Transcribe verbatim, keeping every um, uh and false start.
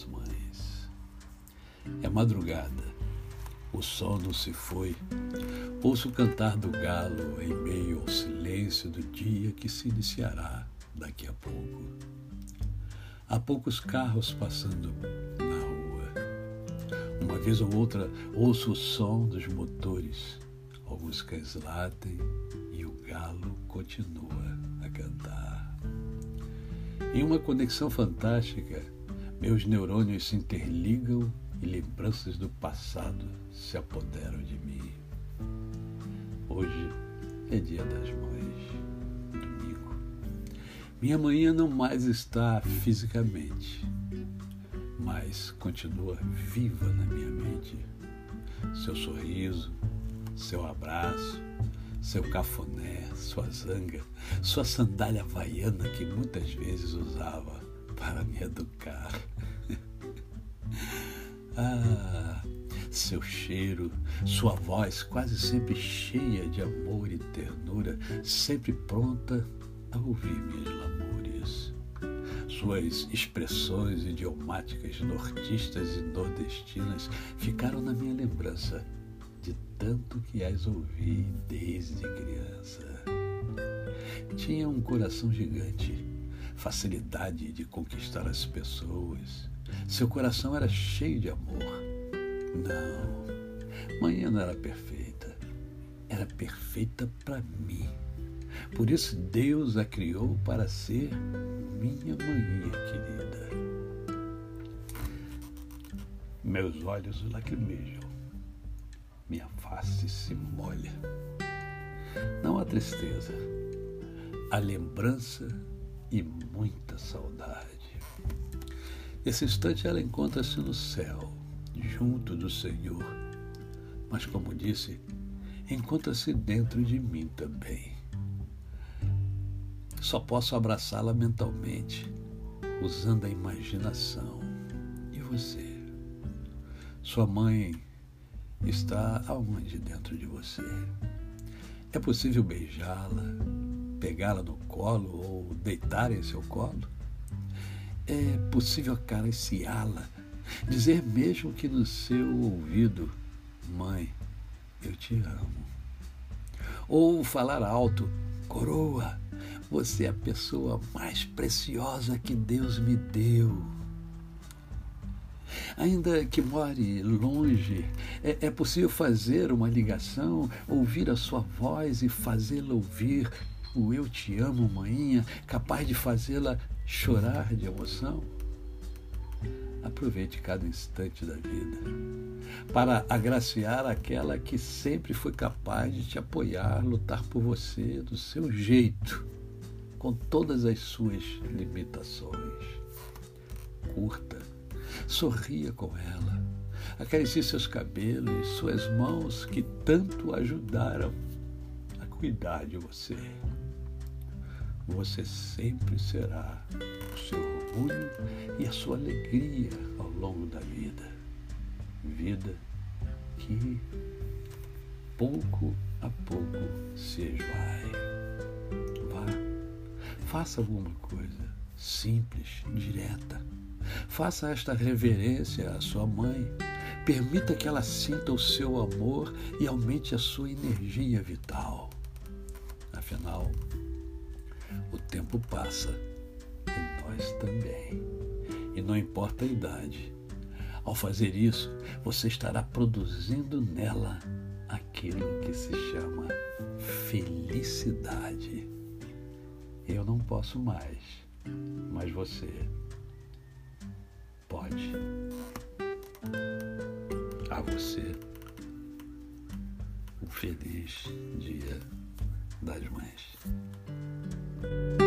das Mães. É madrugada, o sono se foi, ouço o cantar do galo em meio ao silêncio do dia que se iniciará daqui a pouco. Há poucos carros passando na rua. Uma vez ou outra ouço o som dos motores, alguns cães latem e o galo continua a cantar. Em uma conexão fantástica, meus neurônios se interligam e lembranças do passado se apoderam de mim. Hoje é dia das mães, domingo. Minha manhã não mais está fisicamente, mas continua viva na minha mente. Seu sorriso, seu abraço, seu cafuné, sua zanga, sua sandália havaiana que muitas vezes usava para me educar. Ah, seu cheiro, sua voz quase sempre cheia de amor e ternura, sempre pronta a ouvir meus lamúrias. Suas expressões idiomáticas nortistas e nordestinas ficaram na minha lembrança de tanto que as ouvi desde criança. Tinha um coração gigante, facilidade de conquistar as pessoas. Seu coração era cheio de amor. Não, manhã não era perfeita. Era perfeita para mim. Por isso Deus a criou para ser minha manhã querida. Meus olhos lacrimejam. Minha face se molha. Não há tristeza, há lembrança e muita saudade. Nesse instante ela encontra-se no céu, junto do Senhor. Mas, como disse, encontra-se dentro de mim também. Só posso abraçá-la mentalmente, usando a imaginação. E você? Sua mãe está aonde dentro de você? É possível beijá-la, pegá-la no colo ou deitar em seu colo? É possível acariciá-la, dizer mesmo que no seu ouvido, mãe, eu te amo. Ou falar alto, coroa, você é a pessoa mais preciosa que Deus me deu. Ainda que more longe, é, é possível fazer uma ligação, ouvir a sua voz e fazê-la ouvir o eu te amo, maninha, capaz de fazê-la chorar de emoção? Aproveite cada instante da vida para agraciar aquela que sempre foi capaz de te apoiar, lutar por você do seu jeito, com todas as suas limitações. Curta, sorria com ela, acaricie seus cabelos, suas mãos que tanto ajudaram a cuidar de você. Você sempre será o seu orgulho e a sua alegria ao longo da vida. Vida que, pouco a pouco, se esvai. Vá, faça alguma coisa simples, direta. Faça esta reverência à sua mãe. Permita que ela sinta o seu amor e aumente a sua energia vital. Afinal, o tempo passa e nós também. E não importa a idade. Ao fazer isso, você estará produzindo nela aquilo que se chama felicidade. Eu não posso mais, mas você pode. A você, um feliz Dia das Mães.